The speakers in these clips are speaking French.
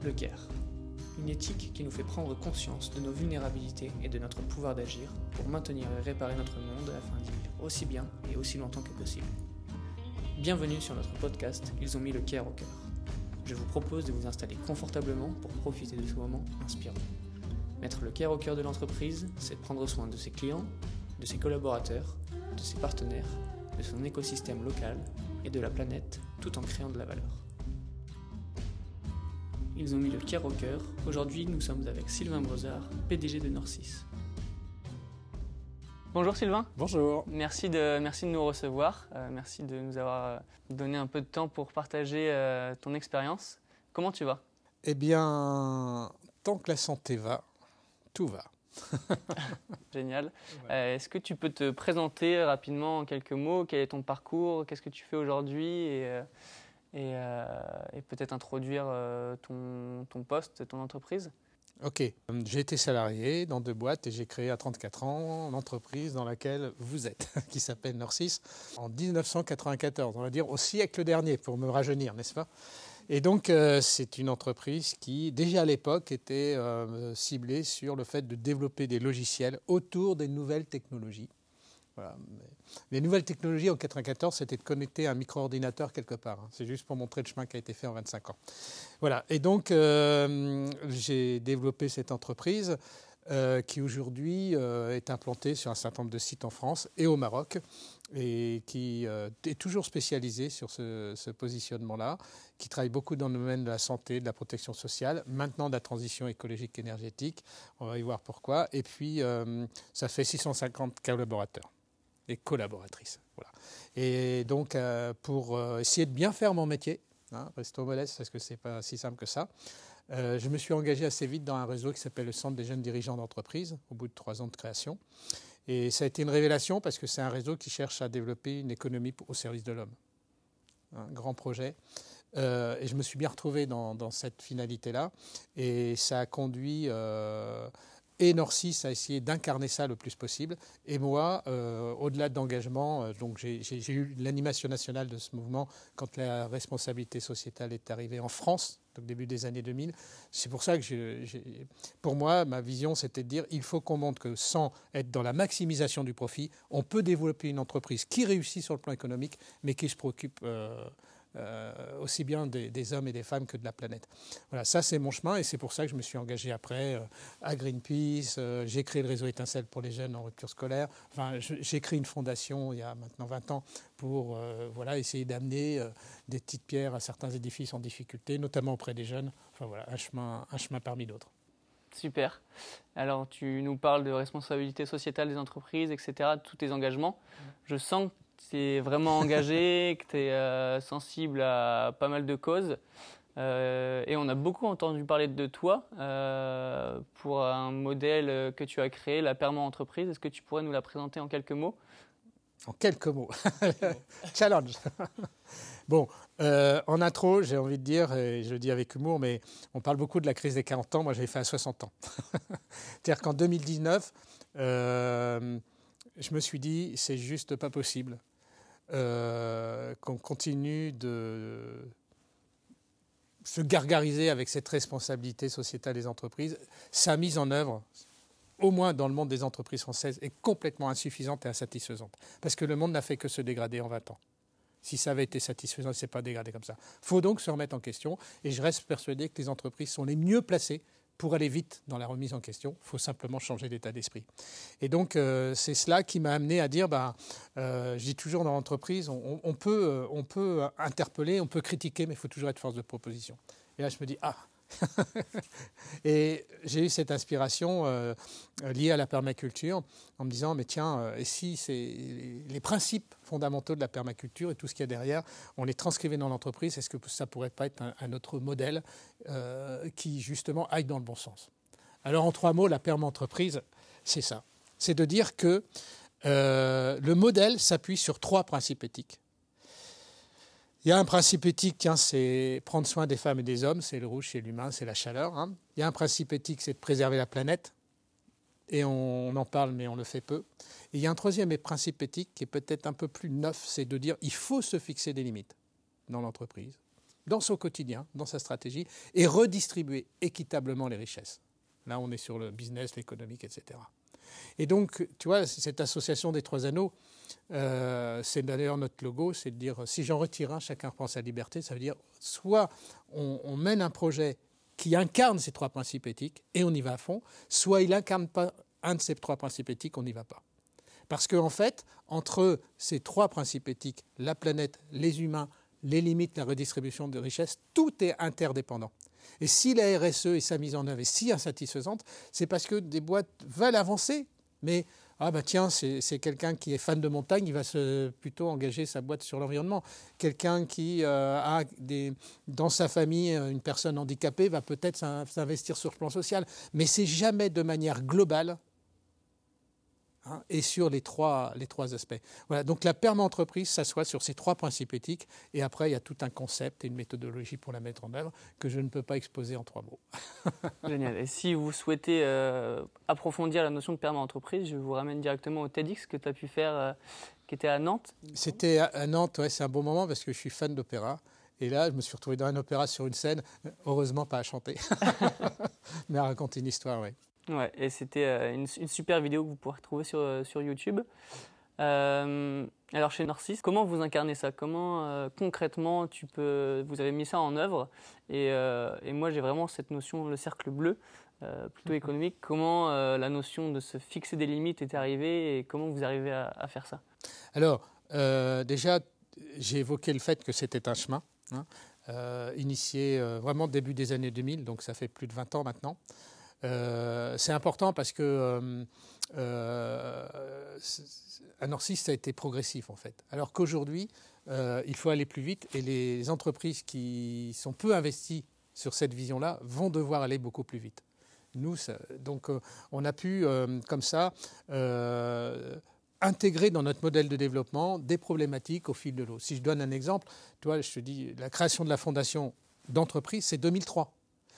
Le CARE, une éthique qui nous fait prendre conscience de nos vulnérabilités et de notre pouvoir d'agir pour maintenir et réparer notre monde afin d'y vivre aussi bien et aussi longtemps que possible. Bienvenue sur notre podcast Ils ont mis le CARE au cœur. Je vous propose de vous installer confortablement pour profiter de ce moment inspirant. Mettre le CARE au cœur de l'entreprise, c'est prendre soin de ses clients, de ses collaborateurs, de ses partenaires, de son écosystème local et de la planète tout en créant de la valeur. Ils ont mis le CARE au cœur. Aujourd'hui, nous sommes avec Sylvain Brozard, PDG de Norcis. Bonjour Sylvain. Bonjour. Merci de nous recevoir. Merci de nous avoir donné un peu de temps pour partager ton expérience. Comment tu vas ? Eh bien, tant que la santé va, tout va. Génial. Ouais. Est-ce que tu peux te présenter rapidement en quelques mots ? Quel est ton parcours ? Qu'est-ce que tu fais aujourd'hui ? Et peut-être introduire ton poste, ton entreprise. Ok, j'ai été salarié dans 2 boîtes et j'ai créé à 34 ans l'entreprise dans laquelle vous êtes, qui s'appelle Norcis, en 1994, on va dire au siècle dernier, pour me rajeunir, n'est-ce pas ? Et donc c'est une entreprise qui, déjà à l'époque, était ciblée sur le fait de développer des logiciels autour des nouvelles technologies. Voilà. Les nouvelles technologies en 1994, c'était de connecter un micro-ordinateur quelque part. C'est juste pour montrer le chemin qui a été fait en 25 ans. Voilà. Et donc, j'ai développé cette entreprise qui aujourd'hui est implantée sur un certain nombre de sites en France et au Maroc et qui est toujours spécialisée sur ce positionnement-là, qui travaille beaucoup dans le domaine de la santé, de la protection sociale, maintenant de la transition écologique et énergétique. On va y voir pourquoi. Et puis, ça fait 650 collaborateurs et collaboratrices. Voilà. Et donc, pour essayer de bien faire mon métier, restons modestes parce que ce n'est pas si simple que ça, je me suis engagé assez vite dans un réseau qui s'appelle le Centre des jeunes dirigeants d'entreprise, au bout de 3 ans de création. Et ça a été une révélation parce que c'est un réseau qui cherche à développer une économie au service de l'homme. Un grand projet. Et je me suis bien retrouvé dans cette finalité-là. Et ça a conduit... et Norcis a essayé d'incarner ça le plus possible. Et moi, au-delà de l'engagement, donc j'ai eu l'animation nationale de ce mouvement quand la responsabilité sociétale est arrivée en France, au début des années 2000. C'est pour ça que, pour moi, ma vision, c'était de dire il faut qu'on montre que sans être dans la maximisation du profit, on peut développer une entreprise qui réussit sur le plan économique, mais qui se préoccupe aussi bien des hommes et des femmes que de la planète. Voilà, ça c'est mon chemin et c'est pour ça que je me suis engagé après à Greenpeace. J'ai créé le réseau Étincelle pour les jeunes en rupture scolaire. Enfin, j'ai créé une fondation il y a maintenant 20 ans pour essayer d'amener des petites pierres à certains édifices en difficulté, notamment auprès des jeunes. Enfin voilà, un chemin parmi d'autres. Super. Alors, tu nous parles de responsabilité sociétale des entreprises, etc., de tous tes engagements. Je sens que tu es vraiment engagé, que tu es sensible à pas mal de causes. Et on a beaucoup entendu parler de toi pour un modèle que tu as créé, la Perma Entreprise. Est-ce que tu pourrais nous la présenter en quelques mots ? En quelques mots. Challenge. Bon, en intro, j'ai envie de dire, et je le dis avec humour, mais on parle beaucoup de la crise des 40 ans. Moi, j'ai fait à 60 ans. C'est-à-dire qu'en 2019, je me suis dit, c'est juste pas possible qu'on continue de se gargariser avec cette responsabilité sociétale des entreprises. Sa mise en œuvre, au moins dans le monde des entreprises françaises, est complètement insuffisante et insatisfaisante. Parce que le monde n'a fait que se dégrader en 20 ans. Si ça avait été satisfaisant, il ne s'est pas dégradé comme ça. Il faut donc se remettre en question. Et je reste persuadé que les entreprises sont les mieux placées pour aller vite dans la remise en question. Il faut simplement changer d'état d'esprit. Et donc, c'est cela qui m'a amené à dire, je dis toujours dans l'entreprise, on peut interpeller, on peut critiquer, mais il faut toujours être force de proposition. Et là, je me dis, Et j'ai eu cette inspiration liée à la permaculture en me disant, mais tiens, et si les principes fondamentaux de la permaculture et tout ce qu'il y a derrière, on les transcrivait dans l'entreprise, est-ce que ça pourrait pas être un autre modèle qui justement aille dans le bon sens ? Alors en 3 mots, la perma-entreprise, c'est ça. C'est de dire que le modèle s'appuie sur 3 principes éthiques. Il y a un principe éthique, c'est prendre soin des femmes et des hommes, c'est le rouge, c'est l'humain, c'est la chaleur. Il y a un principe éthique, c'est de préserver la planète, et on en parle mais on le fait peu. Et il y a un 3e principe éthique qui est peut-être un peu plus neuf, c'est de dire il faut se fixer des limites dans l'entreprise. dans son quotidien, dans sa stratégie, et redistribuer équitablement les richesses. Là, on est sur le business, l'économique, etc. Et donc, tu vois, cette association des 3 anneaux, c'est d'ailleurs notre logo, c'est de dire, si j'en retire un, chacun reprend sa liberté. Ça veut dire, soit on mène un projet qui incarne ces 3 principes éthiques, et on y va à fond, soit il n'incarne pas un de ces 3 principes éthiques, on n'y va pas. Parce qu'en fait, entre ces 3 principes éthiques, la planète, les humains, les limites, la redistribution de richesses, tout est interdépendant. Et si la RSE et sa mise en œuvre est si insatisfaisante, c'est parce que des boîtes veulent avancer, mais tiens, c'est quelqu'un qui est fan de montagne, il va plutôt engager sa boîte sur l'environnement. Quelqu'un qui a dans sa famille une personne handicapée va peut-être s'investir sur le plan social, mais c'est jamais de manière globale. Et sur les trois aspects. Voilà, donc la perma-entreprise s'assoit sur ces 3 principes éthiques, et après il y a tout un concept et une méthodologie pour la mettre en œuvre que je ne peux pas exposer en 3 mots. Génial. Et si vous souhaitez approfondir la notion de perma-entreprise, je vous ramène directement au TEDx que tu as pu faire, qui était à Nantes. C'était à Nantes, ouais, c'est un bon moment parce que je suis fan d'opéra. Et là, je me suis retrouvé dans un opéra sur une scène, heureusement pas à chanter, mais à raconter une histoire, oui. Ouais, et c'était une super vidéo que vous pourrez trouver sur YouTube. Alors chez Norcis, comment vous incarnez ça? Comment concrètement vous avez mis ça en œuvre? Et moi j'ai vraiment cette notion, le cercle bleu, plutôt économique. Comment la notion de se fixer des limites est arrivée et comment vous arrivez à faire ça? Alors déjà, j'ai évoqué le fait que c'était un chemin, initié vraiment début des années 2000, donc ça fait plus de 20 ans maintenant. C'est important parce que à Norcis, ça a été progressif en fait. Alors qu'aujourd'hui, il faut aller plus vite et les entreprises qui sont peu investies sur cette vision-là vont devoir aller beaucoup plus vite. Nous, donc on a pu comme ça intégrer dans notre modèle de développement des problématiques au fil de l'eau. Si je donne un exemple, toi, je te dis, la création de la fondation d'entreprise, c'est 2003.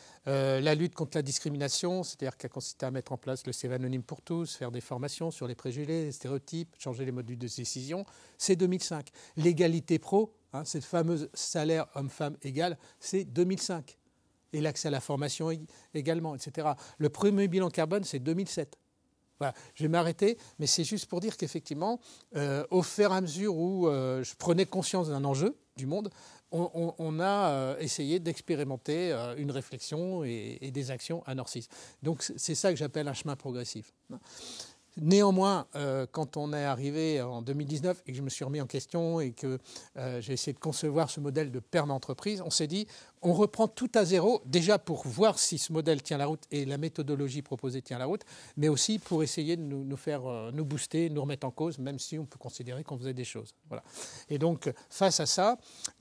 La lutte contre la discrimination, c'est-à-dire qu'elle consistait à mettre en place le CV anonyme pour tous, faire des formations sur les préjugés, les stéréotypes, changer les modules de décision, c'est 2005. L'égalité pro, c'est le fameux salaire homme-femme égal, c'est 2005. Et l'accès à la formation également, etc. Le premier bilan carbone, c'est 2007. Voilà, je vais m'arrêter, mais c'est juste pour dire qu'effectivement, au fur et à mesure où je prenais conscience d'un enjeu du monde, on a essayé d'expérimenter une réflexion et des actions à Norcis. Donc c'est ça que j'appelle un chemin progressif. Néanmoins, quand on est arrivé en 2019 et que je me suis remis en question et que j'ai essayé de concevoir ce modèle de perma-entreprise, on s'est dit, on reprend tout à zéro, déjà pour voir si ce modèle tient la route et la méthodologie proposée tient la route, mais aussi pour essayer de nous faire nous booster, nous remettre en cause, même si on peut considérer qu'on faisait des choses. Voilà. Et donc, face à ça,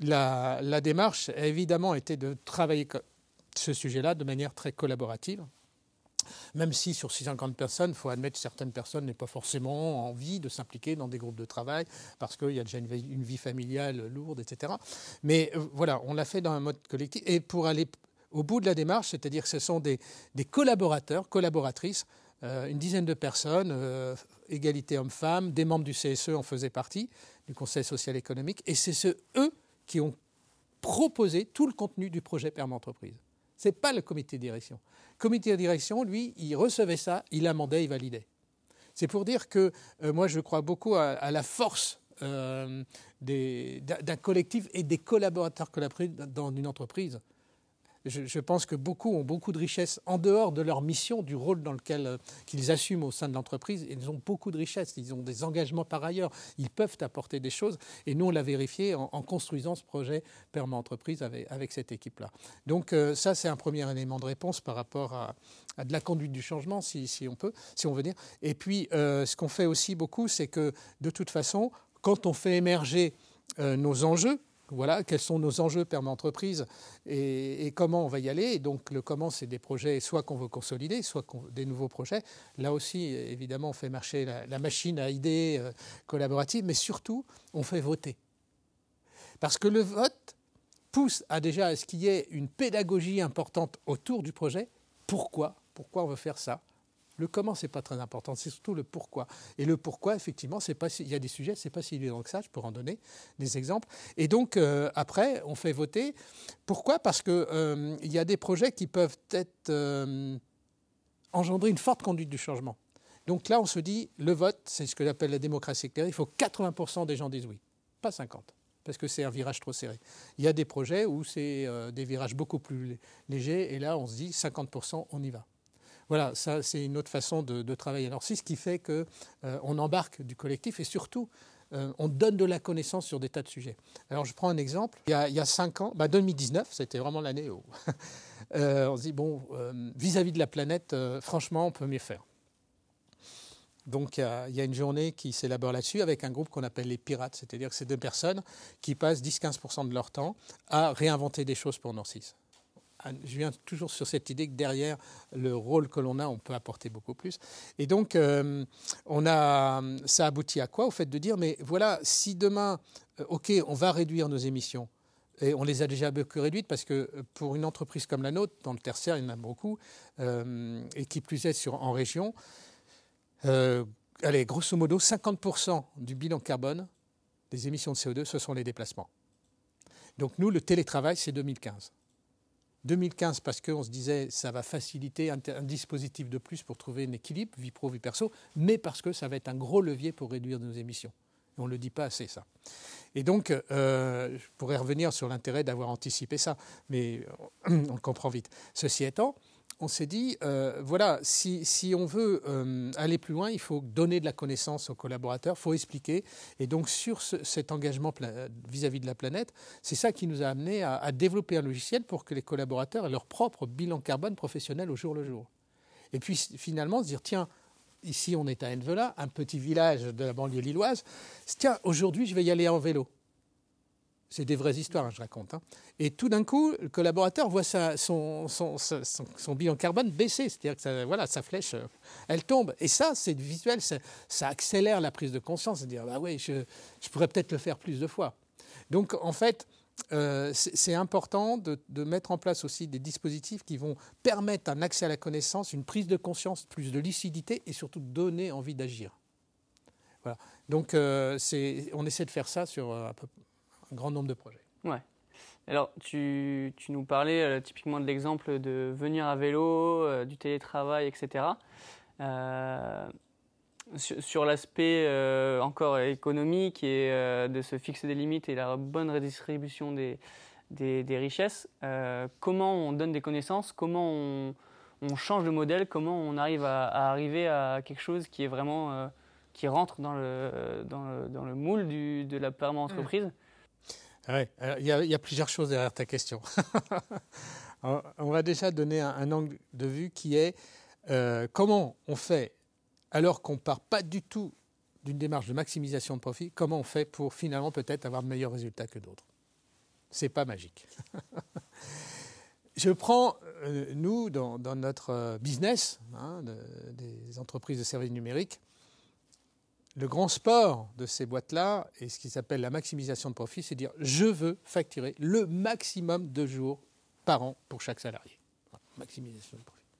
la démarche a évidemment été de travailler ce sujet-là de manière très collaborative. Même si sur 650 personnes, il faut admettre que certaines personnes n'aient pas forcément envie de s'impliquer dans des groupes de travail parce qu'il y a déjà une vie familiale lourde, etc. Mais voilà, on l'a fait dans un mode collectif. Et pour aller au bout de la démarche, c'est-à-dire que ce sont des collaborateurs, collaboratrices, une dizaine de personnes, égalité homme-femme, des membres du CSE en faisaient partie, du Conseil social économique, et c'est eux qui ont proposé tout le contenu du projet perma-entreprise. Ce n'est pas le comité de direction. Le comité de direction, lui, il recevait ça, il amendait, il validait. C'est pour dire que moi, je crois beaucoup à la force d'un collectif et des collaborateurs collaboratifs dans une entreprise. Je pense que beaucoup ont beaucoup de richesses en dehors de leur mission, du rôle dans lequel qu'ils assument au sein de l'entreprise. Ils ont beaucoup de richesses, ils ont des engagements par ailleurs, ils peuvent apporter des choses. Et nous, on l'a vérifié en construisant ce projet perma-entreprise avec cette équipe-là. Donc ça, c'est un premier élément de réponse par rapport à de la conduite du changement, si on veut dire. Et puis, ce qu'on fait aussi beaucoup, c'est que de toute façon, quand on fait émerger nos enjeux, voilà, quels sont nos enjeux perma-entreprise et comment on va y aller. Et donc, le comment, c'est des projets soit qu'on veut consolider, soit des nouveaux projets. Là aussi, évidemment, on fait marcher la machine à idées collaboratives, mais surtout, on fait voter. Parce que le vote pousse à ce qu'il y ait une pédagogie importante autour du projet. Pourquoi on veut faire ça? Le comment, ce n'est pas très important, c'est surtout le pourquoi. Et le pourquoi, effectivement, il y a des sujets, ce n'est pas si évident que ça, je peux en donner des exemples. Et donc, après, on fait voter. Pourquoi ? Parce qu'il y a des projets qui peuvent engendrer une forte conduite du changement. Donc là, on se dit, le vote, c'est ce que j'appelle la démocratie éclairée, il faut que 80% des gens disent oui, pas 50%. Parce que c'est un virage trop serré. Il y a des projets où c'est des virages beaucoup plus légers, et là, on se dit 50%, on y va. Voilà, ça, c'est une autre façon de travailler. Alors, c'est ce qui fait qu'on embarque du collectif, et surtout, on donne de la connaissance sur des tas de sujets. Alors, je prends un exemple. Il y a 5 ans, 2019, c'était vraiment l'année où on se dit, vis-à-vis de la planète, franchement, on peut mieux faire. Donc, il y a une journée qui s'élabore là-dessus avec un groupe qu'on appelle les pirates, c'est-à-dire que c'est 2 personnes qui passent 10-15% de leur temps à réinventer des choses pour Nord6. Je viens toujours sur cette idée que derrière le rôle que l'on a, on peut apporter beaucoup plus. Et donc, ça aboutit à quoi ? Au fait de dire, mais voilà, si demain, on va réduire nos émissions, et on les a déjà beaucoup réduites parce que pour une entreprise comme la nôtre, dans le tertiaire, il y en a beaucoup, et qui plus est en région, allez, grosso modo, 50% du bilan carbone des émissions de CO2, ce sont les déplacements. Donc nous, le télétravail, c'est 2015. 2015 parce qu'on se disait ça va faciliter un dispositif de plus pour trouver un équilibre, vie pro, vie perso, mais parce que ça va être un gros levier pour réduire nos émissions. Et on ne le dit pas assez, ça. Et donc, je pourrais revenir sur l'intérêt d'avoir anticipé ça, mais on le comprend vite. Ceci étant, on s'est dit, voilà, si on veut aller plus loin, il faut donner de la connaissance aux collaborateurs, il faut expliquer. Et donc, sur cet engagement vis-à-vis de la planète, c'est ça qui nous a amené à développer un logiciel pour que les collaborateurs aient leur propre bilan carbone professionnel au jour le jour. Et puis, finalement, se dire, tiens, ici, on est à Envelat, un petit village de la banlieue lilloise. Tiens, aujourd'hui, je vais y aller en vélo. C'est des vraies histoires, je raconte. Et tout d'un coup, le collaborateur voit son bilan carbone baisser. C'est-à-dire que sa flèche, elle tombe. Et ça, c'est visuel, ça accélère la prise de conscience. C'est-à-dire, je pourrais peut-être le faire plus de fois. Donc, en fait, c'est important de mettre en place aussi des dispositifs qui vont permettre un accès à la connaissance, une prise de conscience, plus de lucidité et surtout donner envie d'agir. Voilà. Donc, on essaie de faire ça sur un grand nombre de projets. Ouais. Alors, tu nous parlais typiquement de l'exemple de venir à vélo, du télétravail, etc. Sur l'aspect encore économique et de se fixer des limites et la bonne redistribution des richesses, comment on donne des connaissances, comment on change de modèle, comment on arrive à arriver à quelque chose qui est vraiment qui rentre dans le moule de la perma-entreprise. Ouais, il y a plusieurs choses derrière ta question. On va déjà donner un angle de vue qui est comment on fait, alors qu'on ne part pas du tout d'une démarche de maximisation de profit, comment on fait pour finalement peut-être avoir de meilleurs résultats que d'autres. Ce n'est pas magique. Je prends, nous, dans notre business, des entreprises de services numériques, le grand sport de ces boîtes-là, et ce qui s'appelle la maximisation de profit, c'est dire je veux facturer le maximum de jours par an pour chaque salarié. Voilà, maximisation de profit.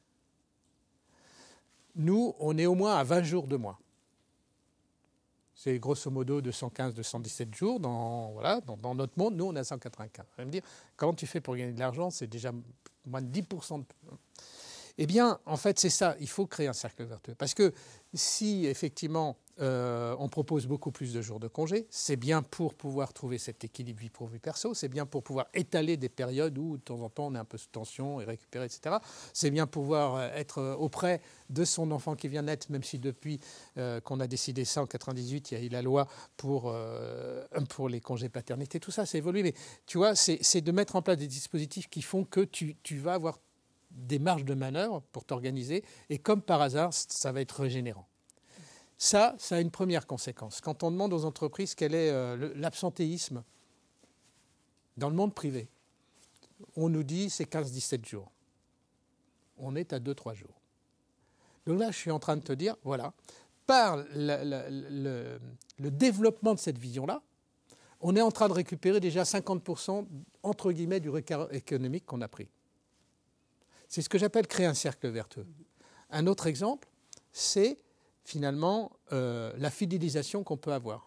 Nous, on est au moins à 20 jours de moins. C'est grosso modo 215-217 jours dans notre monde. Nous, on est à 195. Vous allez me dire, comment tu fais pour gagner de l'argent ? C'est déjà moins de 10% de... Eh bien, en fait, c'est ça. Il faut créer un cercle vertueux. Parce que si, effectivement, on propose beaucoup plus de jours de congé, c'est bien pour pouvoir trouver cet équilibre vie pro, vie perso. C'est bien pour pouvoir étaler des périodes où, de temps en temps, on est un peu sous tension et récupérer, etc. C'est bien pouvoir être auprès de son enfant qui vient naître, même si depuis qu'on a décidé ça en 98, il y a eu la loi pour les congés paternité. Tout ça, c'est évolué. Mais tu vois, c'est de mettre en place des dispositifs qui font que tu vas avoir des marges de manœuvre pour t'organiser, et comme par hasard, ça va être régénérant. Ça a une première conséquence. Quand on demande aux entreprises quel est l'absentéisme dans le monde privé, on nous dit c'est 15-17 jours. On est à 2-3 jours. Donc là, je suis en train de te dire, voilà, par le développement de cette vision-là, on est en train de récupérer déjà 50% entre guillemets du retard économique qu'on a pris. C'est ce que j'appelle créer un cercle vertueux. Un autre exemple, c'est finalement la fidélisation qu'on peut avoir.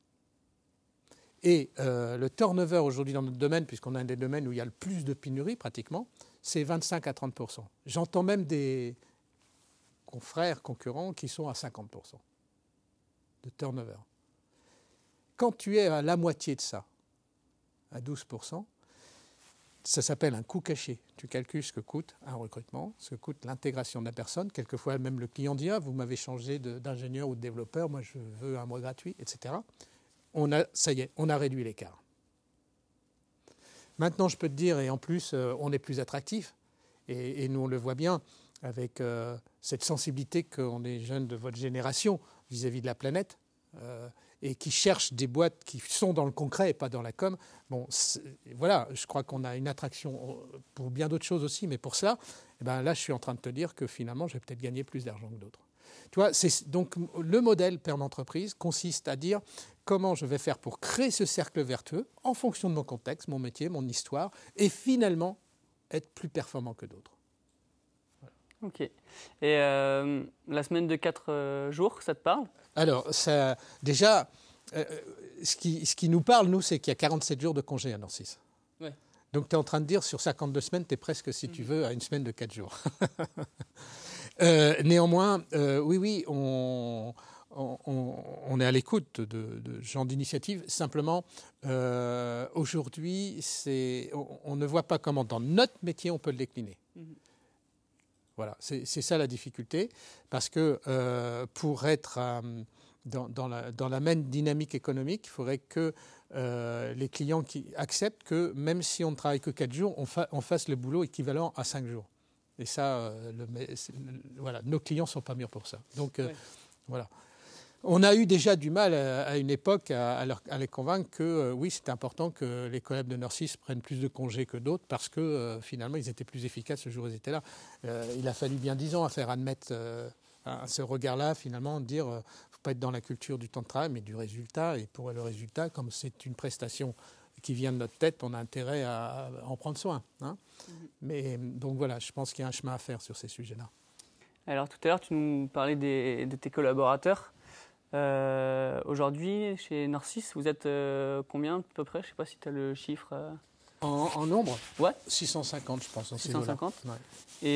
Et le turnover aujourd'hui dans notre domaine, puisqu'on a un des domaines où il y a le plus de pénurie pratiquement, c'est 25 à 30%. J'entends même des confrères, concurrents qui sont à 50% de turnover. Quand tu es à la moitié de ça, à 12%, ça s'appelle un coût caché. Tu calcules ce que coûte un recrutement, ce que coûte l'intégration de la personne. Quelquefois, même le client dit « Ah, vous m'avez changé d'ingénieur ou de développeur, moi je veux un mois gratuit, etc. » Ça y est, on a réduit l'écart. Maintenant, je peux te dire, et en plus, on est plus attractif, et nous on le voit bien, avec cette sensibilité qu'on est jeunes de votre génération vis-à-vis de la planète, et qui cherchent des boîtes qui sont dans le concret et pas dans la com. Bon, voilà, je crois qu'on a une attraction pour bien d'autres choses aussi, mais pour cela, eh ben là, je suis en train de te dire que finalement, je vais peut-être gagner plus d'argent que d'autres. Tu vois, donc le modèle Père d'entreprise consiste à dire comment je vais faire pour créer ce cercle vertueux en fonction de mon contexte, mon métier, mon histoire, et finalement être plus performant que d'autres. Ok. Et la semaine de 4 jours, ça te parle ? Alors, déjà, ce qui nous parle, nous, c'est qu'il y a 47 jours de congé à Norcis. Ouais. Donc, tu es en train de dire, sur 52 semaines, tu es presque, si tu veux, à une semaine de 4 jours. Néanmoins, oui, on est à l'écoute de gens d'initiative. Simplement, aujourd'hui, on ne voit pas comment, dans notre métier, on peut le décliner. Voilà, c'est ça la difficulté, parce que pour être dans la même dynamique économique, il faudrait que les clients qui acceptent que même si on ne travaille que 4 jours, on fasse le boulot équivalent à 5 jours. Et ça, voilà, nos clients ne sont pas mûrs pour ça. Donc, voilà. On a eu déjà du mal à une époque à les convaincre que oui, c'était important que les collègues de Norcis prennent plus de congés que d'autres parce que finalement, ils étaient plus efficaces le jour où ils étaient là. Il a fallu bien 10 ans à faire admettre ce regard-là, finalement, de dire qu'il ne faut pas être dans la culture du temps de travail, mais du résultat. Et pour le résultat, comme c'est une prestation qui vient de notre tête, on a intérêt à en prendre soin. Hein. Mais donc voilà, je pense qu'il y a un chemin à faire sur ces sujets-là. Alors tout à l'heure, tu nous parlais de tes collaborateurs. Aujourd'hui, chez Norcis, vous êtes combien à peu près ? Je ne sais pas si tu as le chiffre. En nombre ? Ouais. 650, je pense. 650 ouais.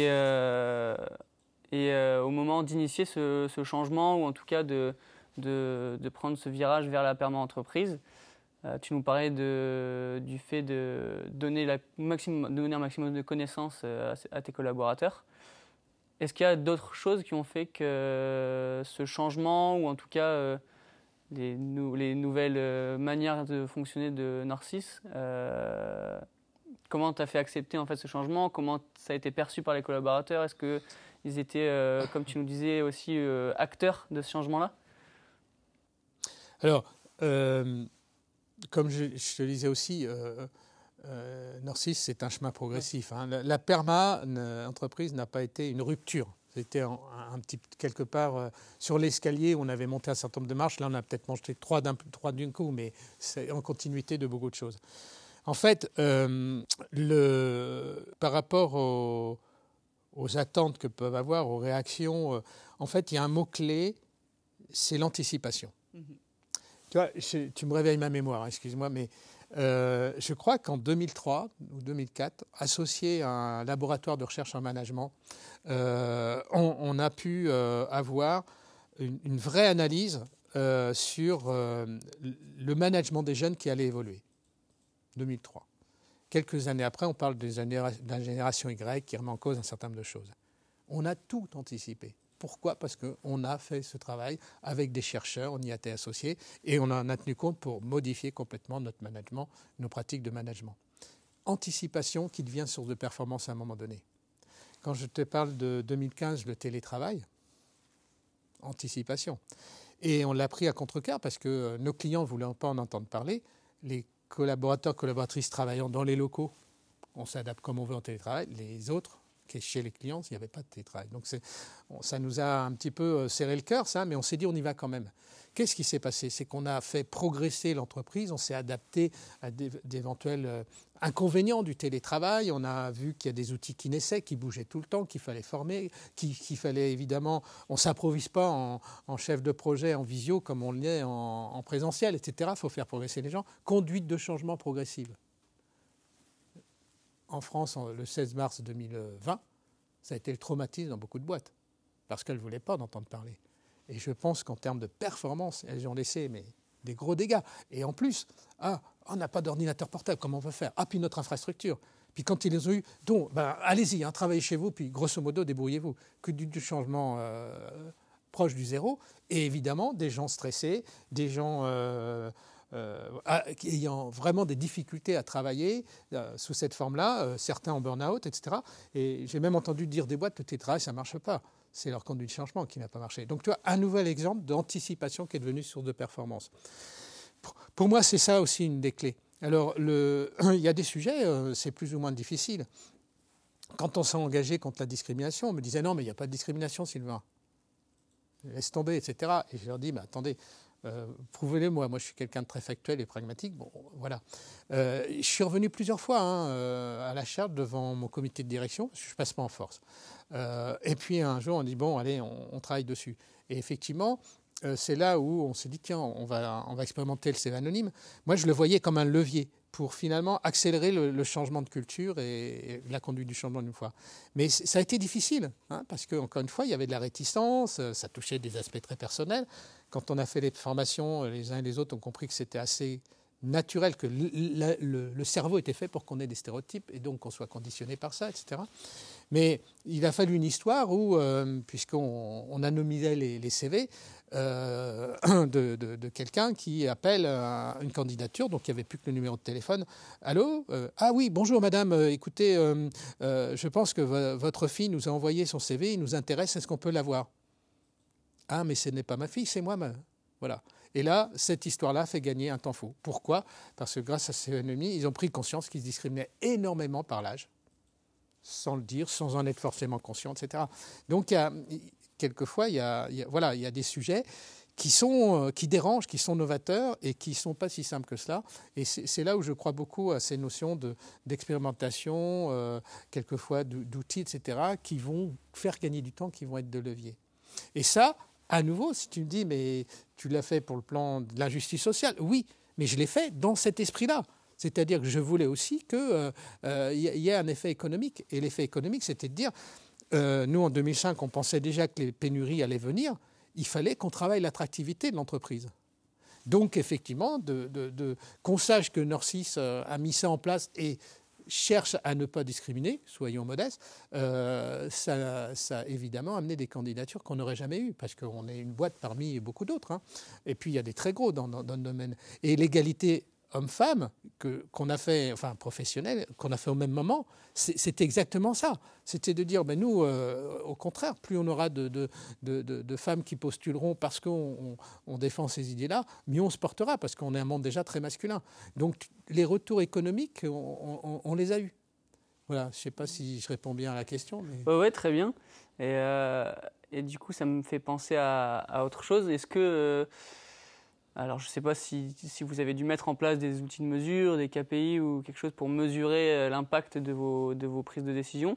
Et au moment d'initier ce changement, ou en tout cas de prendre ce virage vers la perma-entreprise, tu nous parlais du fait de donner un maximum de connaissances à tes collaborateurs. Est-ce qu'il y a d'autres choses qui ont fait que ce changement, ou en tout cas les nouvelles manières de fonctionner de Norcis, comment tu as fait accepter en fait ce changement ? Comment ça a été perçu par les collaborateurs ? Est-ce qu'ils étaient, comme tu nous disais, aussi acteurs de ce changement-là ? Alors, comme je te disais aussi, Norcis, c'est un chemin progressif. Hein. La perma entreprise n'a pas été une rupture. C'était un petit quelque part sur l'escalier où on avait monté un certain nombre de marches. Là, on a peut-être monté trois d'un coup, mais c'est en continuité de beaucoup de choses. En fait, par rapport aux attentes que peuvent avoir, aux réactions, en fait, il y a un mot-clé, c'est l'anticipation. Tu vois, tu me réveilles ma mémoire, excuse-moi, mais je crois qu'en 2003 ou 2004, associé à un laboratoire de recherche en management, on a pu avoir une vraie analyse sur le management des jeunes qui allait évoluer. 2003. Quelques années après, on parle de la génération Y qui remet en cause un certain nombre de choses. On a tout anticipé. Pourquoi ? Parce qu'on a fait ce travail avec des chercheurs, on y a été associés et on en a tenu compte pour modifier complètement notre management, nos pratiques de management. Anticipation qui devient source de performance à un moment donné. Quand je te parle de 2015, le télétravail, anticipation. Et on l'a pris à contre-cœur parce que nos clients ne voulaient pas en entendre parler. Les collaborateurs, collaboratrices travaillant dans les locaux, on s'adapte comme on veut en télétravail. Les autres, chez les clients, il n'y avait pas de télétravail. Donc ça nous a un petit peu serré le cœur, ça, mais on s'est dit on y va quand même. Qu'est-ce qui s'est passé ? C'est qu'on a fait progresser l'entreprise, on s'est adapté à d'éventuelles inconvénients du télétravail. On a vu qu'il y a des outils qui naissaient, qui bougeaient tout le temps, qu'il fallait former, qu'il fallait évidemment... On ne s'improvise pas en chef de projet en visio comme on l'est en présentiel, etc. Il faut faire progresser les gens. Conduite de changement progressive. En France, le 16 mars 2020, ça a été le traumatisme dans beaucoup de boîtes, parce qu'elles ne voulaient pas en entendre parler. Et je pense qu'en termes de performance, elles ont laissé des gros dégâts. Et en plus, on n'a pas d'ordinateur portable, comment on va faire ? Puis notre infrastructure. Puis quand ils les ont eu, donc, allez-y, travaillez chez vous, puis grosso modo, débrouillez-vous. Que du changement proche du zéro. Et évidemment, des gens stressés, des gens ayant vraiment des difficultés à travailler sous cette forme-là, certains en burn-out, etc. Et j'ai même entendu dire des boîtes que le télétravail, ça ne marche pas. C'est leur conduite de changement qui n'a pas marché. Donc, tu vois, un nouvel exemple d'anticipation qui est devenu source de performance. Pour moi, c'est ça aussi une des clés. Alors, il y a des sujets, c'est plus ou moins difficile. Quand on s'est engagé contre la discrimination, on me disait « Non, mais il n'y a pas de discrimination, Sylvain. Laisse tomber, etc. » Et je leur dis « Mais attendez, prouvez-le-moi. Moi, je suis quelqu'un de très factuel et pragmatique. » Bon, voilà. Je suis revenu plusieurs fois à la Charte devant mon comité de direction, parce que je ne passe pas en force. Et puis un jour, on dit « Bon, allez, on travaille dessus. » Et effectivement, c'est là où on s'est dit « Tiens, on va expérimenter le CV anonyme. » Moi, je le voyais comme un levier pour finalement accélérer le changement de culture et la conduite du changement d'une fois. Mais ça a été difficile, parce qu'encore une fois, il y avait de la réticence, ça touchait des aspects très personnels. Quand on a fait les formations, les uns et les autres ont compris que c'était assez naturel, que le cerveau était fait pour qu'on ait des stéréotypes et donc qu'on soit conditionné par ça, etc. Mais il a fallu une histoire où, puisqu'on anonymisait les CV, de quelqu'un qui appelle une candidature, donc il n'y avait plus que le numéro de téléphone. Allô ? Ah oui, bonjour madame, écoutez, je pense que votre fille nous a envoyé son CV, il nous intéresse, est-ce qu'on peut l'avoir ? Ah, mais ce n'est pas ma fille, c'est moi. Voilà. Et là, cette histoire-là fait gagner un temps fou. Pourquoi ? Parce que grâce à ces ennemis, ils ont pris conscience qu'ils se discriminaient énormément par l'âge, sans le dire, sans en être forcément conscient, etc. Donc, quelquefois, il y a des sujets qui dérangent, qui sont novateurs et qui ne sont pas si simples que cela. Et c'est là où je crois beaucoup à ces notions d'expérimentation, quelquefois d'outils, etc., qui vont faire gagner du temps, qui vont être de levier. Et ça, à nouveau, si tu me dis, mais tu l'as fait pour le plan de l'injustice sociale, oui, mais je l'ai fait dans cet esprit-là. C'est-à-dire que je voulais aussi qu'il y ait un effet économique. Et l'effet économique, c'était de dire, nous, en 2005, on pensait déjà que les pénuries allaient venir. Il fallait qu'on travaille l'attractivité de l'entreprise. Donc, effectivement, qu'on sache que Nord6 a mis ça en place et cherche à ne pas discriminer, soyons modestes, ça a évidemment amené des candidatures qu'on n'aurait jamais eues, parce qu'on est une boîte parmi beaucoup d'autres. Et puis, il y a des très gros dans le domaine. Et l'égalité homme-femme qu'on a fait, enfin professionnel, qu'on a fait au même moment, c'était exactement ça. C'était de dire, nous, au contraire, plus on aura de femmes qui postuleront parce qu'on défend ces idées-là, mieux on se portera, parce qu'on est un monde déjà très masculin. Donc les retours économiques, on les a eus. Voilà, je ne sais pas si je réponds bien à la question. Mais... Oui, très bien. Et du coup, ça me fait penser à autre chose. Est-ce que... alors, je ne sais pas si vous avez dû mettre en place des outils de mesure, des KPI ou quelque chose pour mesurer l'impact de vos prises de décision.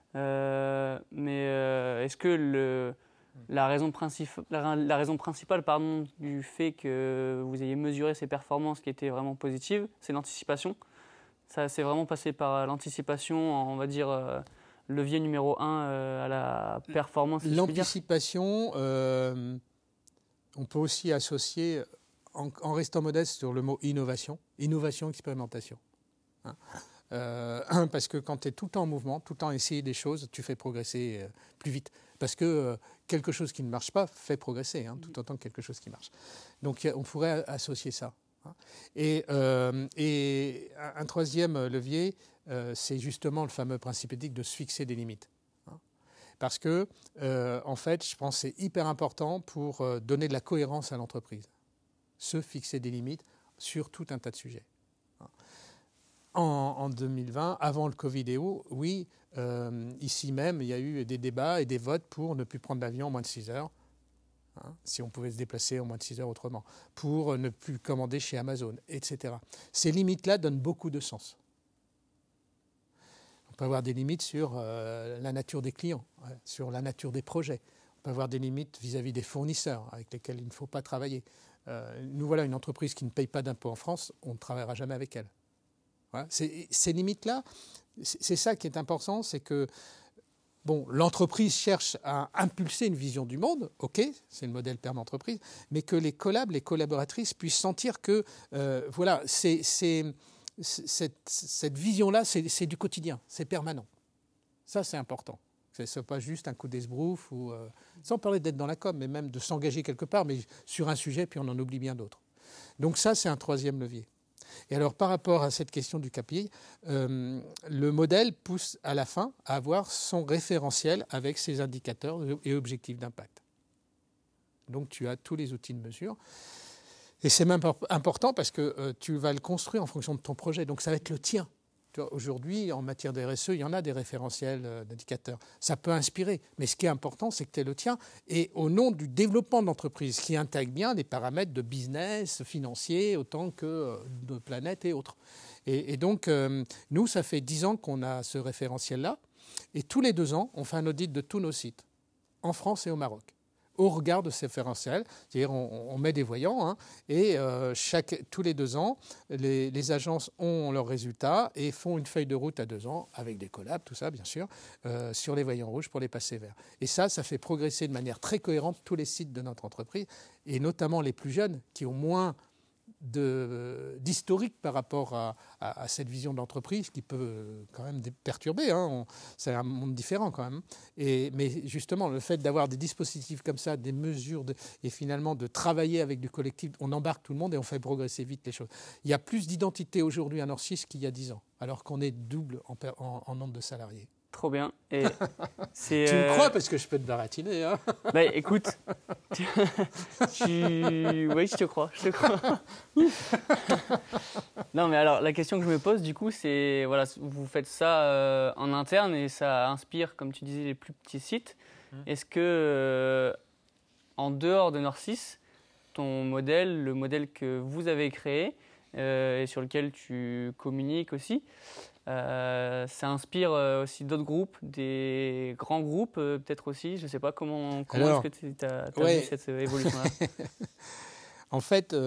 Mais est-ce que la raison principale du fait que vous ayez mesuré ces performances qui étaient vraiment positives, c'est l'anticipation ? Ça s'est vraiment passé par l'anticipation, on va dire, levier numéro 1 à la performance. L'anticipation, on peut aussi associer... En restant modeste sur le mot innovation, expérimentation. Parce que quand tu es tout le temps en mouvement, tout le temps à essayer des choses, tu fais progresser plus vite. Parce que quelque chose qui ne marche pas fait progresser, tout autant que quelque chose qui marche. Donc on pourrait associer ça. Et un troisième levier, c'est justement le fameux principe éthique de se fixer des limites. Parce que, en fait, je pense que c'est hyper important pour donner de la cohérence à l'entreprise. Se fixer des limites sur tout un tas de sujets. En 2020, avant le Covid et oui, ici même, il y a eu des débats et des votes pour ne plus prendre l'avion en moins de 6 heures, si on pouvait se déplacer en moins de 6 heures autrement, pour ne plus commander chez Amazon, etc. Ces limites-là donnent beaucoup de sens. peut avoir des limites sur la nature des clients, sur la nature des projets. On peut avoir des limites vis-à-vis des fournisseurs avec lesquels il ne faut pas travailler. Nous voilà une entreprise qui ne paye pas d'impôts en France, on ne travaillera jamais avec elle. Voilà. Ces limites-là, c'est ça qui est important, c'est que l'entreprise cherche à impulser une vision du monde, ok, c'est le modèle Perma Entreprise, mais que les collaboratrices puissent sentir que cette vision-là, c'est du quotidien, c'est permanent. Ça, c'est important. Ce n'est pas juste un coup d'esbrouf, ou, sans parler d'être dans la com, mais même de s'engager quelque part, mais sur un sujet, puis on en oublie bien d'autres. Donc ça, c'est un troisième levier. Et alors, par rapport à cette question du KPI, le modèle pousse à la fin à avoir son référentiel avec ses indicateurs et objectifs d'impact. Donc, tu as tous les outils de mesure. Et c'est même important parce que tu vas le construire en fonction de ton projet. Donc, ça va être le tien. Aujourd'hui, en matière de RSE, il y en a des référentiels d'indicateurs. Ça peut inspirer, mais ce qui est important, c'est que tu es le tien. Et au nom du développement de l'entreprise, qui intègre bien des paramètres de business, financiers, autant que de planète et autres. Et donc, nous, ça fait 10 ans qu'on a ce référentiel-là. Et tous les 2 ans, on fait un audit de tous nos sites, en France et au Maroc, au regard de ces référentiels. C'est-à-dire on met des voyants, et tous les 2 ans, les agences ont leurs résultats et font une feuille de route à 2 ans, avec des collabs, tout ça bien sûr, sur les voyants rouges pour les passer verts. Et ça fait progresser de manière très cohérente tous les sites de notre entreprise, et notamment les plus jeunes qui ont moins d'historique par rapport à cette vision d'entreprise qui peut quand même perturber. C'est un monde différent quand même. Mais justement, le fait d'avoir des dispositifs comme ça, des mesures, et finalement de travailler avec du collectif, on embarque tout le monde et on fait progresser vite les choses. Il y a plus d'identité aujourd'hui à Nord6 qu'il y a 10 ans, alors qu'on est double en nombre de salariés. Trop bien. Et tu me crois parce que je peux te baratiner. Hein. Bah, écoute, oui, je te crois. Non, mais alors la question que je me pose du coup, c'est voilà, vous faites ça en interne et ça inspire, comme tu disais, les plus petits sites. Est-ce que en dehors de Nord6, ton modèle, le modèle que vous avez créé et sur lequel tu communiques aussi, ça inspire aussi d'autres groupes, des grands groupes peut-être aussi. Je ne sais pas comment est-ce que tu as vu cette évolution-là. En fait,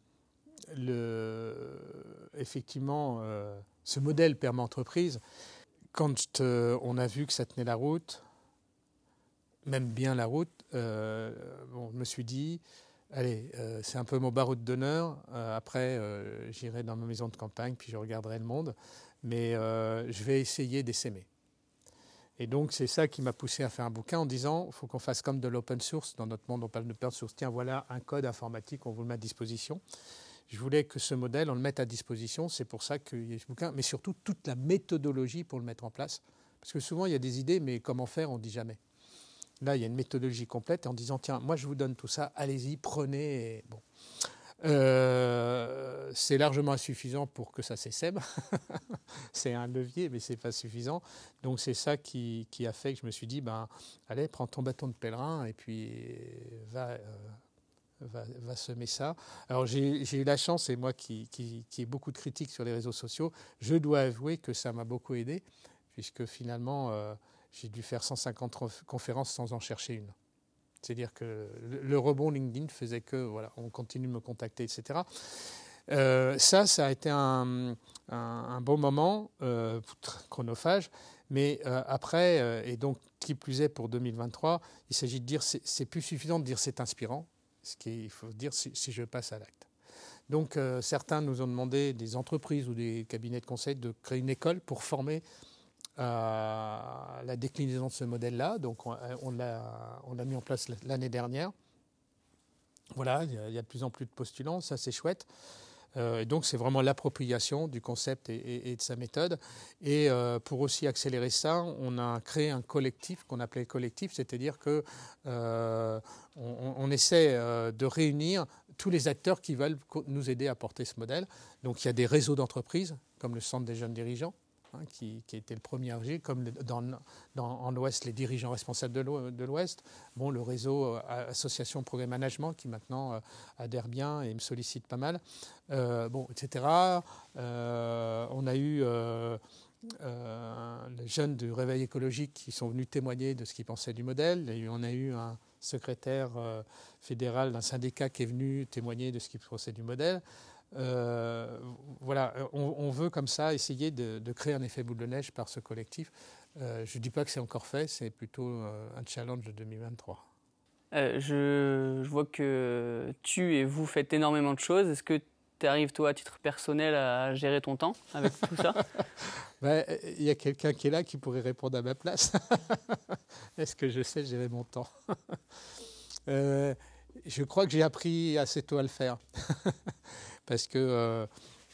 effectivement, ce modèle Perma Entreprise, quand on a vu que ça tenait la route, même bien la route, je me suis dit, allez, c'est un peu mon baroud d'honneur. Après, j'irai dans ma maison de campagne, puis je regarderai le monde. Mais je vais essayer d'essaimer. Et donc, c'est ça qui m'a poussé à faire un bouquin en disant il faut qu'on fasse comme de l'open source. Dans notre monde, on parle d'open source. Tiens, voilà un code informatique, on vous le met à disposition. Je voulais que ce modèle, on le mette à disposition. C'est pour ça qu'il y a ce bouquin, mais surtout toute la méthodologie pour le mettre en place. Parce que souvent, il y a des idées, mais comment faire, on ne dit jamais. Là, il y a une méthodologie complète en disant tiens, moi, je vous donne tout ça, allez-y, prenez. Et bon. C'est largement insuffisant pour que ça s'essaime. C'est un levier, mais ce n'est pas suffisant. Donc c'est ça qui a fait que je me suis dit, allez, prends ton bâton de pèlerin et puis va semer ça. Alors j'ai eu la chance, et moi qui ai beaucoup de critiques sur les réseaux sociaux, je dois avouer que ça m'a beaucoup aidé, puisque finalement j'ai dû faire 150 conférences sans en chercher une. C'est-à-dire que le rebond LinkedIn faisait que, voilà, on continue de me contacter, etc. Ça a été un bon moment, chronophage. Mais après, et donc qui plus est pour 2023, il s'agit de dire, c'est plus suffisant de dire c'est inspirant, il faut dire si je passe à l'acte. Donc certains nous ont demandé, des entreprises ou des cabinets de conseil, de créer une école pour former la déclinaison de ce modèle-là. Donc on l'a mis en place l'année dernière. Voilà, il y a de plus en plus de postulants, ça c'est chouette. Et donc c'est vraiment l'appropriation du concept et de sa méthode. Et pour aussi accélérer ça, on a créé un collectif qu'on appelait collectif, c'est-à-dire que on essaie de réunir tous les acteurs qui veulent nous aider à porter ce modèle. Donc il y a des réseaux d'entreprises, comme le Centre des jeunes dirigeants, qui a été le premier âgé, comme en l'Ouest, les dirigeants responsables de l'Ouest. Bon, le réseau Association Progrès Management, qui maintenant adhère bien et me sollicite pas mal, etc. On a eu les jeunes du Réveil écologique qui sont venus témoigner de ce qu'ils pensaient du modèle. On a eu un secrétaire fédéral d'un syndicat qui est venu témoigner de ce qu'il pensait du modèle. Voilà, on veut comme ça essayer de créer un effet boule de neige par ce collectif. Je ne dis pas que c'est encore fait, c'est plutôt un challenge de 2023. Je vois que tu et vous faites énormément de choses. Est-ce que tu arrives, toi, à titre personnel, à gérer ton temps avec tout ça? Il y a quelqu'un qui est là qui pourrait répondre à ma place. Est-ce que je sais gérer mon temps? Je crois que j'ai appris assez tôt à le faire. Parce que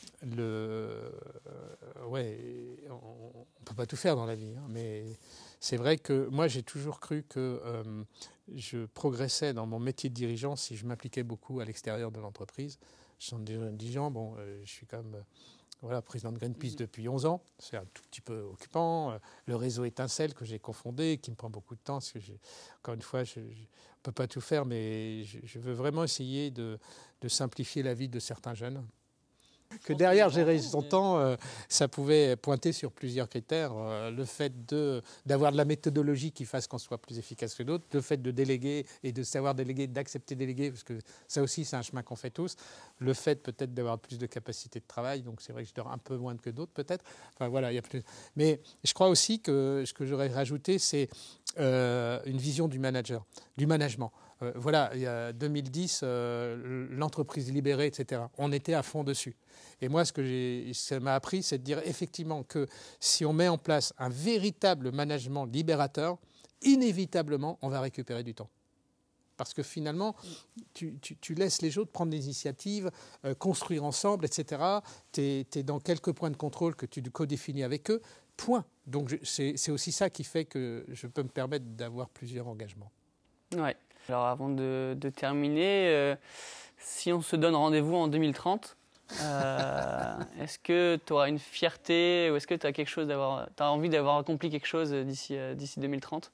ouais, on ne peut pas tout faire dans la vie, hein, mais c'est vrai que moi j'ai toujours cru que je progressais dans mon métier de dirigeant si je m'impliquais beaucoup à l'extérieur de l'entreprise. Je suis dirigeant, bon, je suis quand même voilà, président de Greenpeace depuis 11 ans, c'est un tout petit peu occupant. Le réseau Étincelle que j'ai confondé, qui me prend beaucoup de temps, parce que encore une fois, je ne peux pas tout faire, mais je veux vraiment essayer de simplifier la vie de certains jeunes. Que derrière gérer son temps, ça pouvait pointer sur plusieurs critères. Le fait d'avoir de la méthodologie qui fasse qu'on soit plus efficace que d'autres, le fait de déléguer et de savoir déléguer, d'accepter déléguer, parce que ça aussi c'est un chemin qu'on fait tous, le fait peut-être d'avoir plus de capacité de travail, donc c'est vrai que je dors un peu moins que d'autres peut-être. Enfin voilà, il y a plus. Mais je crois aussi que ce que j'aurais rajouté, c'est une vision du manager, du management. Voilà, il y a 2010, l'entreprise libérée, etc. On était à fond dessus. Et moi, ce que ça m'a appris, c'est de dire effectivement que si on met en place un véritable management libérateur, inévitablement, on va récupérer du temps. Parce que finalement, tu laisses les autres prendre des initiatives, construire ensemble, etc. Tu es dans quelques points de contrôle que tu codéfinis avec eux, point. Donc c'est aussi ça qui fait que je peux me permettre d'avoir plusieurs engagements. Ouais. Alors avant de terminer, si on se donne rendez-vous en 2030, est-ce que tu auras une fierté ou est-ce que tu as envie d'avoir accompli quelque chose d'ici 2030?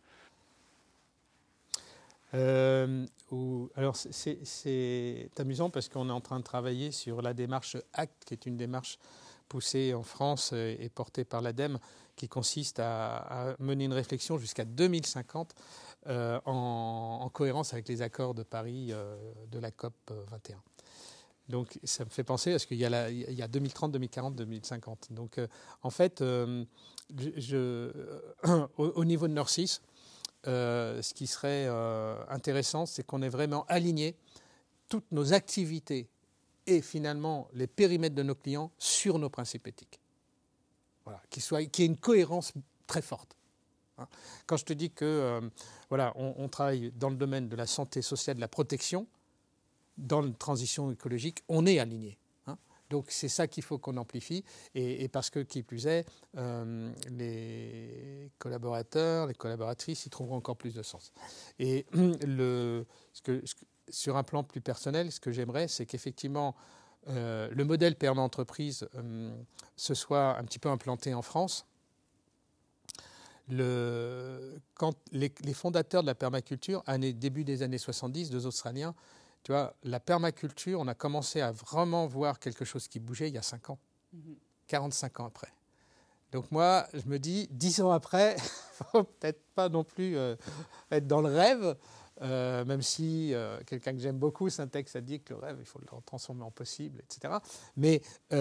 Alors c'est amusant parce qu'on est en train de travailler sur la démarche ACT, qui est une démarche poussée en France et portée par l'ADEME, qui consiste à mener une réflexion jusqu'à 2050 en cohérence avec les accords de Paris de la COP 21. Donc ça me fait penser parce qu'il y a 2030, 2040, 2050. Donc en fait, au niveau de Nord6, ce qui serait intéressant, c'est qu'on ait vraiment aligné toutes nos activités et finalement les périmètres de nos clients sur nos principes éthiques. Voilà, qu'il y ait une cohérence très forte. Quand je te dis que voilà, on travaille dans le domaine de la santé sociale, de la protection, dans la transition écologique, on est aligné. Donc c'est ça qu'il faut qu'on amplifie, et parce que, qui plus est, les collaborateurs, les collaboratrices y trouveront encore plus de sens. Et sur un plan plus personnel, ce que j'aimerais, c'est qu'effectivement, le modèle perma-entreprise se soit un petit peu implanté en France. Quand les fondateurs de la permaculture, début des années 70, deux Australiens, tu vois, la permaculture, on a commencé à vraiment voir quelque chose qui bougeait il y a 5 ans, 45 ans après. Donc moi, je me dis, 10 ans après, il ne faut peut-être pas non plus être dans le rêve, même si quelqu'un que j'aime beaucoup, Syntex, a dit que le rêve, il faut le transformer en possible, etc. Mais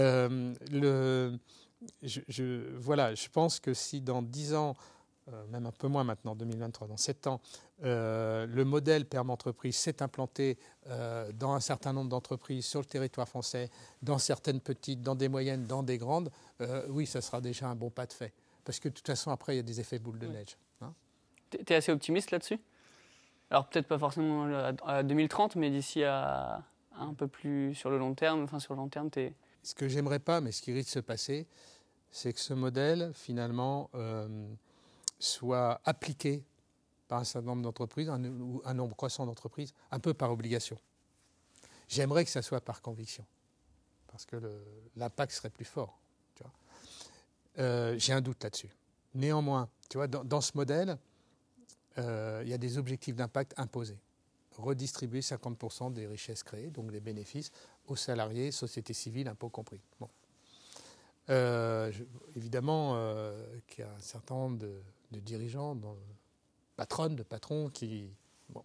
voilà, je pense que si dans 10 ans, même un peu moins maintenant, 2023, dans 7 ans, le modèle perma-entreprise s'est implanté dans un certain nombre d'entreprises sur le territoire français, dans certaines petites, dans des moyennes, dans des grandes, oui, ça sera déjà un bon pas de fait. Parce que de toute façon, après, il y a des effets boule de neige. Tu es assez optimiste là-dessus? Alors peut-être pas forcément à 2030, mais d'ici à un peu plus sur le long terme, Ce que j'aimerais pas, mais ce qui risque de se passer, c'est que ce modèle, finalement, soit appliqué par un certain nombre d'entreprises, un nombre croissant d'entreprises, un peu par obligation. J'aimerais que ça soit par conviction, parce que l'impact serait plus fort. Tu vois. J'ai un doute là-dessus. Néanmoins, tu vois, dans ce modèle, il y a des objectifs d'impact imposés. Redistribuer 50% des richesses créées, donc des bénéfices, aux salariés, société civile, impôts compris. Bon. Évidemment qu'il y a un certain nombre de dirigeants, de patrons qui, bon,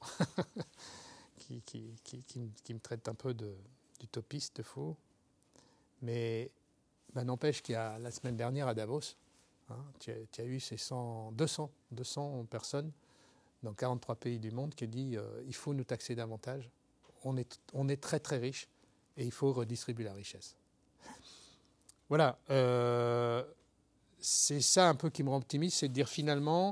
qui me traitent un peu d'utopiste, de fou. Mais n'empêche qu'il y a la semaine dernière à Davos, tu as eu ces 200 personnes dans 43 pays du monde qui ont dit il faut nous taxer davantage, on est très très riches et il faut redistribuer la richesse. Voilà, c'est ça un peu qui me rend optimiste, c'est de dire finalement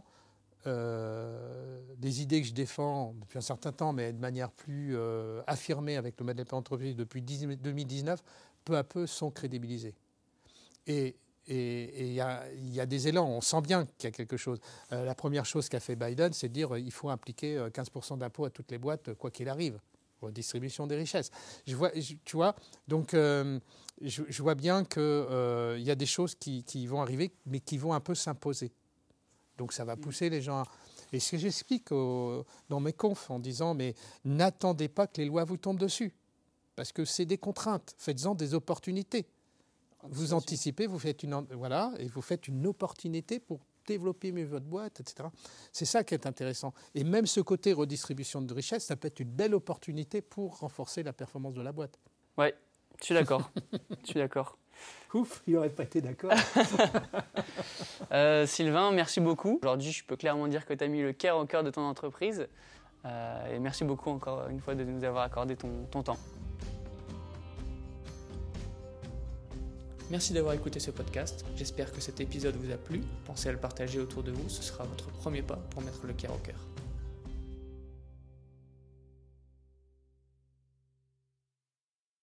des idées que je défends depuis un certain temps, mais de manière plus affirmée avec le modèle d'entreprise depuis 2019, peu à peu sont crédibilisées. Et il y a des élans, on sent bien qu'il y a quelque chose. La première chose qu'a fait Biden, c'est de dire qu'il faut impliquer 15% d'impôts à toutes les boîtes, quoi qu'il arrive, redistribution des richesses. Tu vois, donc je vois bien qu'il y a des choses qui vont arriver, mais qui vont un peu s'imposer. Donc ça va pousser les gens. Et ce que j'explique dans mes confs en disant, mais n'attendez pas que les lois vous tombent dessus, parce que c'est des contraintes. Faites-en des opportunités. Vous anticipez, vous faites et vous faites une opportunité pour développer mieux votre boîte, etc. C'est ça qui est intéressant. Et même ce côté redistribution de richesse, ça peut être une belle opportunité pour renforcer la performance de la boîte. Ouais, je suis d'accord. Je suis d'accord. Ouf, il n'aurait pas été d'accord. Sylvain, merci beaucoup. Aujourd'hui, je peux clairement dire que tu as mis le care au cœur de ton entreprise. Et merci beaucoup encore une fois de nous avoir accordé ton temps. Merci d'avoir écouté ce podcast. J'espère que cet épisode vous a plu. Pensez à le partager autour de vous, ce sera votre premier pas pour mettre le care au cœur.